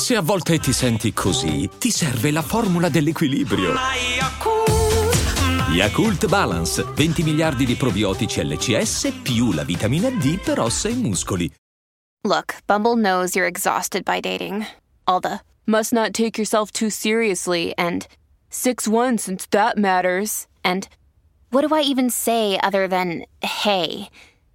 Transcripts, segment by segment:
Se a volte ti senti così, ti serve la formula dell'equilibrio. Yakult Balance, 20 miliardi di probiotici LCS più la vitamina D per ossa e muscoli. Look, Bumble knows you're exhausted by dating. All the must not take yourself too seriously and 6'1" since that matters. And what do I even say other than hey?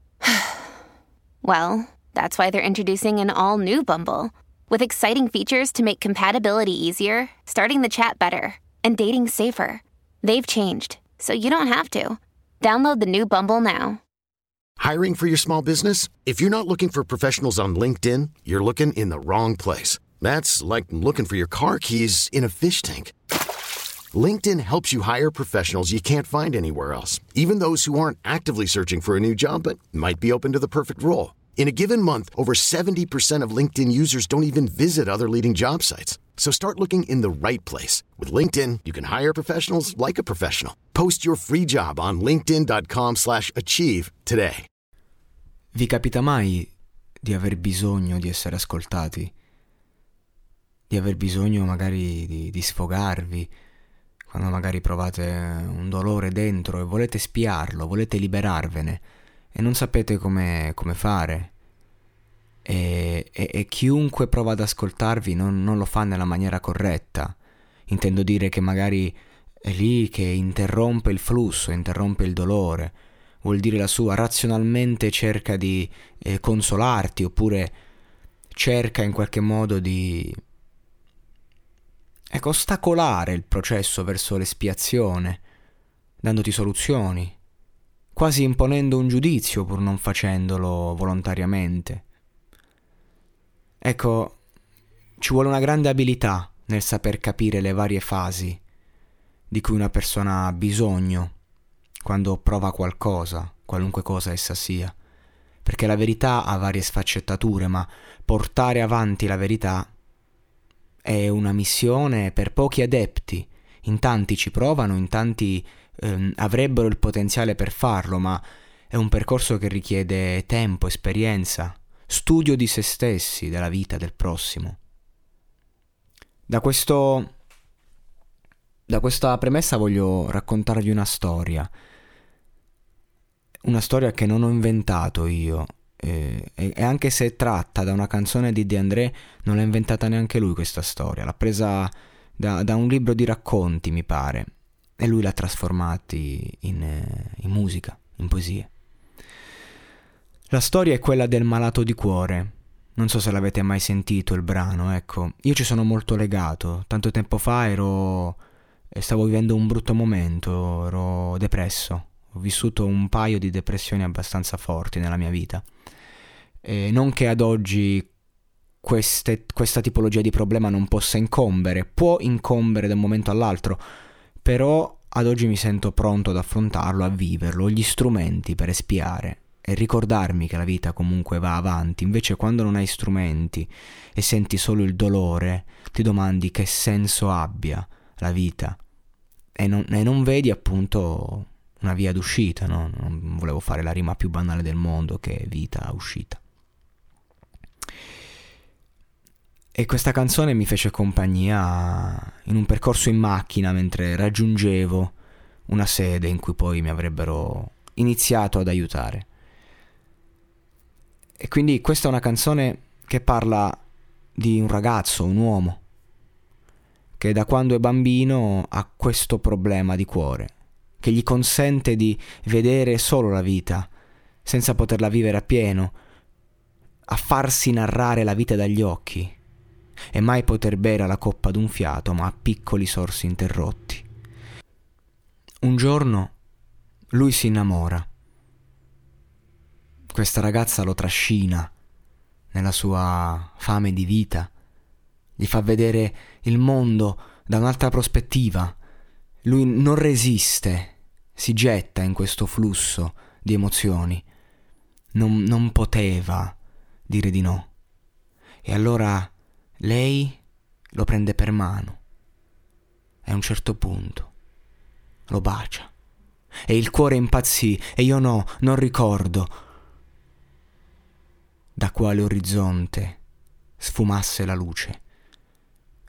Well, that's why they're introducing an all-new Bumble with exciting features to make compatibility easier, starting the chat better, and dating safer. They've changed, so you don't have to. Download the new Bumble now. Hiring for your small business? If you're not looking for professionals on LinkedIn, you're looking in the wrong place. That's like looking for your car keys in a fish tank. LinkedIn helps you hire professionals you can't find anywhere else, even those who aren't actively searching for a new job but might be open to the perfect role. In a given month, over 70% of LinkedIn users don't even visit other leading job sites. So start looking in the right place. With LinkedIn, you can hire professionals like a professional. Post your free job on linkedin.com/achieve today. Vi capita mai di aver bisogno di essere ascoltati? Di aver bisogno magari di sfogarvi? Quando magari provate un dolore dentro e volete spiarlo, volete liberarvene e non sapete come fare. E chiunque prova ad ascoltarvi non lo fa nella maniera corretta. Intendo dire che magari è lì che interrompe il flusso, interrompe il dolore. Vuol dire la sua, razionalmente cerca di consolarti, oppure cerca in qualche modo di ostacolare il processo verso l'espiazione, dandoti soluzioni, quasi imponendo un giudizio pur non facendolo volontariamente. Ecco, ci vuole una grande abilità nel saper capire le varie fasi di cui una persona ha bisogno quando prova qualcosa, qualunque cosa essa sia, perché la verità ha varie sfaccettature, ma portare avanti la verità è una missione per pochi adepti. In tanti ci provano, in tanti avrebbero il potenziale per farlo, ma è un percorso che richiede tempo, esperienza, studio di se stessi, della vita, del prossimo. Da questa premessa voglio raccontarvi una storia che non ho inventato io, e anche se è tratta da una canzone di De André, non l'ha inventata neanche lui questa storia, l'ha presa da un libro di racconti, mi pare, e lui l'ha trasformati in musica, in poesie. La storia è quella del malato di cuore. Non so se l'avete mai sentito il brano, ecco. Io ci sono molto legato. Tanto tempo fa stavo vivendo un brutto momento, ero depresso. Ho vissuto un paio di depressioni abbastanza forti nella mia vita. Non che ad oggi questa tipologia di problema non possa incombere, può incombere da un momento all'altro, però ad oggi mi sento pronto ad affrontarlo, a viverlo, ho gli strumenti per espiare e ricordarmi che la vita comunque va avanti. Invece quando non hai strumenti e senti solo il dolore, ti domandi che senso abbia la vita e non vedi appunto una via d'uscita, no? Non volevo fare la rima più banale del mondo, che è vita uscita. E questa canzone mi fece compagnia in un percorso in macchina mentre raggiungevo una sede in cui poi mi avrebbero iniziato ad aiutare. E quindi questa è una canzone che parla di un ragazzo, un uomo, che da quando è bambino ha questo problema di cuore, che gli consente di vedere solo la vita, senza poterla vivere appieno, a farsi narrare la vita dagli occhi, e mai poter bere la coppa d'un fiato, ma a piccoli sorsi interrotti. Un giorno lui si innamora. Questa ragazza lo trascina nella sua fame di vita, gli fa vedere il mondo da un'altra prospettiva. Lui non resiste, si getta in questo flusso di emozioni. Non poteva dire di no. E allora lei lo prende per mano e a un certo punto lo bacia e il cuore impazzì e io non ricordo da quale orizzonte sfumasse la luce,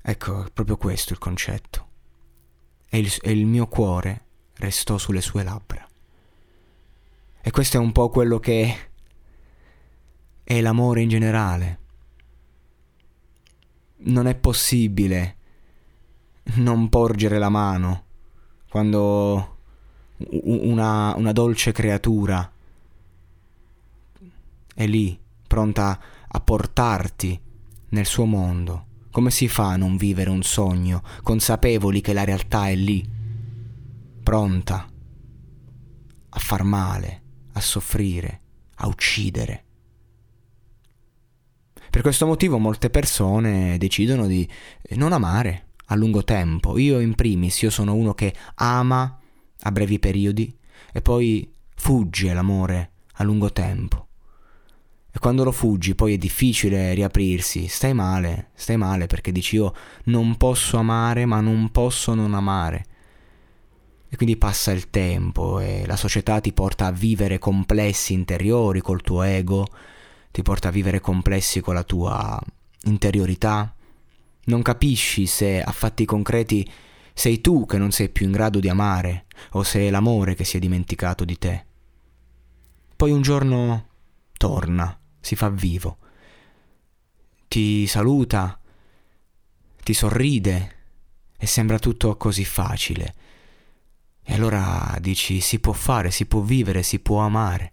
Ecco, è proprio questo il concetto. E il mio cuore restò sulle sue labbra. E questo è un po' quello che è l'amore in generale. Non è possibile non porgere la mano quando una dolce creatura è lì, pronta a portarti nel suo mondo. Come si fa a non vivere un sogno, consapevoli che la realtà è lì, pronta a far male, a soffrire, a uccidere? Per questo motivo molte persone decidono di non amare a lungo tempo. Io in primis, io sono uno che ama a brevi periodi e poi fugge l'amore a lungo tempo. E quando lo fuggi poi è difficile riaprirsi, stai male perché dici io non posso amare ma non posso non amare. E quindi passa il tempo e la società ti porta a vivere complessi interiori col tuo ego, ti porta a vivere complessi con la tua interiorità. Non capisci se a fatti concreti sei tu che non sei più in grado di amare o se è l'amore che si è dimenticato di te. Poi un giorno torna, si fa vivo, ti saluta, ti sorride e sembra tutto così facile. E allora dici si può fare, si può vivere, si può amare.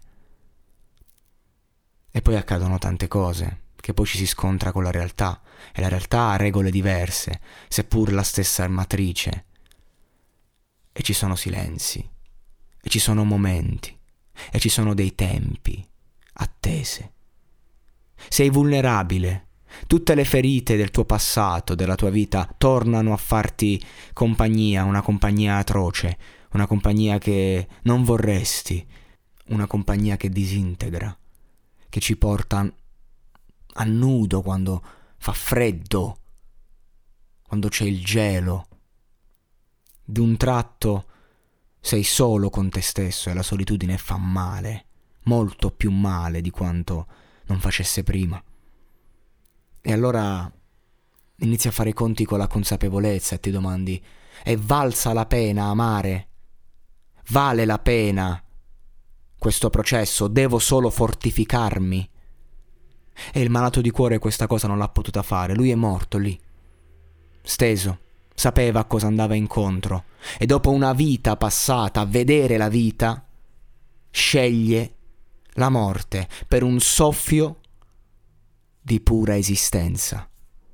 E poi accadono tante cose, che poi ci si scontra con la realtà, e la realtà ha regole diverse, seppur la stessa matrice. E ci sono silenzi, e ci sono momenti, e ci sono dei tempi, attese. Sei vulnerabile, tutte le ferite del tuo passato, della tua vita, tornano a farti compagnia, una compagnia atroce, una compagnia che non vorresti, una compagnia che disintegra, che ci porta a nudo quando fa freddo, quando c'è il gelo. D'un tratto sei solo con te stesso e la solitudine fa male, molto più male di quanto non facesse prima. E allora inizi a fare i conti con la consapevolezza e ti domandi: è valsa la pena amare? Vale la pena questo processo? Devo solo fortificarmi? E il malato di cuore questa cosa non l'ha potuta fare. Lui è morto lì, steso, sapeva a cosa andava incontro e dopo una vita passata a vedere la vita sceglie la morte per un soffio di pura esistenza.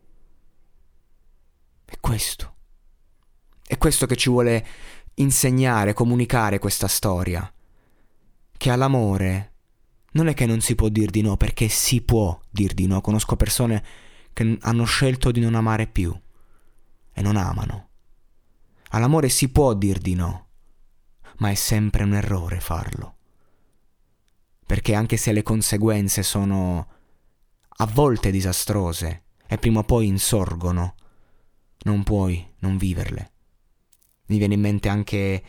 È questo che ci vuole insegnare, comunicare questa storia, che all'amore non è che non si può dir di no, perché si può dir di no. Conosco persone che hanno scelto di non amare più e non amano. All'amore si può dir di no, ma è sempre un errore farlo, perché anche se le conseguenze sono a volte disastrose e prima o poi insorgono, non puoi non viverle. Mi viene in mente anche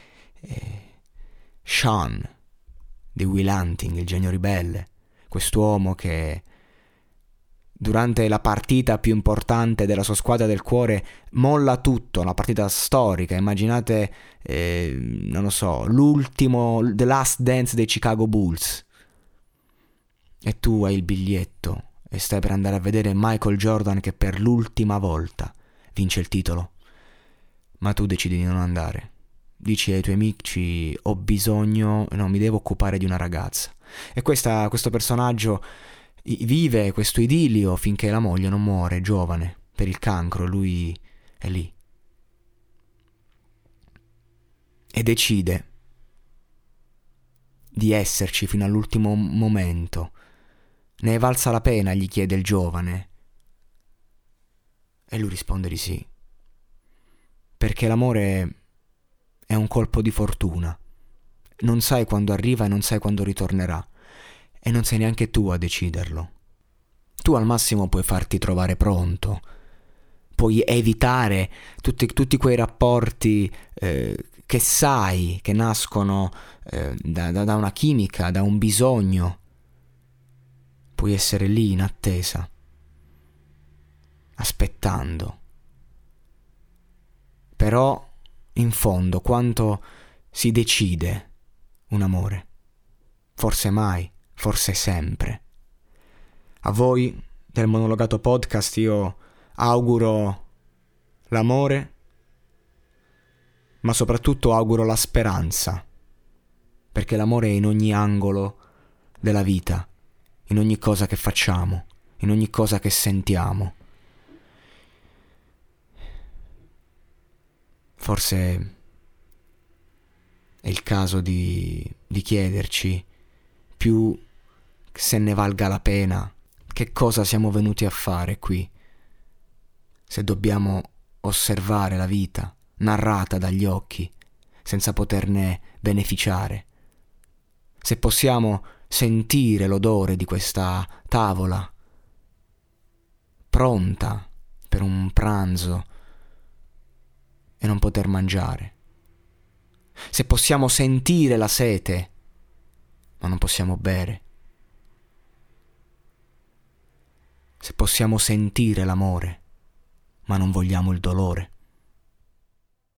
Sean di Will Hunting, il genio ribelle, quest'uomo che durante la partita più importante della sua squadra del cuore molla tutto, una partita storica. Immaginate, non lo so, l'ultimo, The Last Dance dei Chicago Bulls, e tu hai il biglietto e stai per andare a vedere Michael Jordan che per l'ultima volta vince il titolo, ma tu decidi di non andare. Dici ai tuoi amici: ho bisogno, no, mi devo occupare di una ragazza. E questo personaggio vive questo idillio finché la moglie non muore giovane per il cancro. Lui è lì e decide di esserci fino all'ultimo momento. Ne è valsa la pena? Gli chiede il giovane, e lui risponde di sì, perché l'amore è un colpo di fortuna. Non sai quando arriva e non sai quando ritornerà, e non sei neanche tu a deciderlo. Tu al massimo puoi farti trovare pronto, puoi evitare tutti quei rapporti che sai che nascono da una chimica, da un bisogno. Puoi essere lì in attesa, aspettando, Però, in fondo, quanto si decide un amore? Forse mai, forse sempre. A voi del Monologato Podcast io auguro l'amore, ma soprattutto auguro la speranza, perché l'amore è in ogni angolo della vita, in ogni cosa che facciamo, in ogni cosa che sentiamo. Forse è il caso di chiederci più se ne valga la pena, che cosa siamo venuti a fare qui, se dobbiamo osservare la vita narrata dagli occhi senza poterne beneficiare, se possiamo sentire l'odore di questa tavola pronta per un pranzo e non poter mangiare, se possiamo sentire la sete ma non possiamo bere, se possiamo sentire l'amore ma non vogliamo il dolore.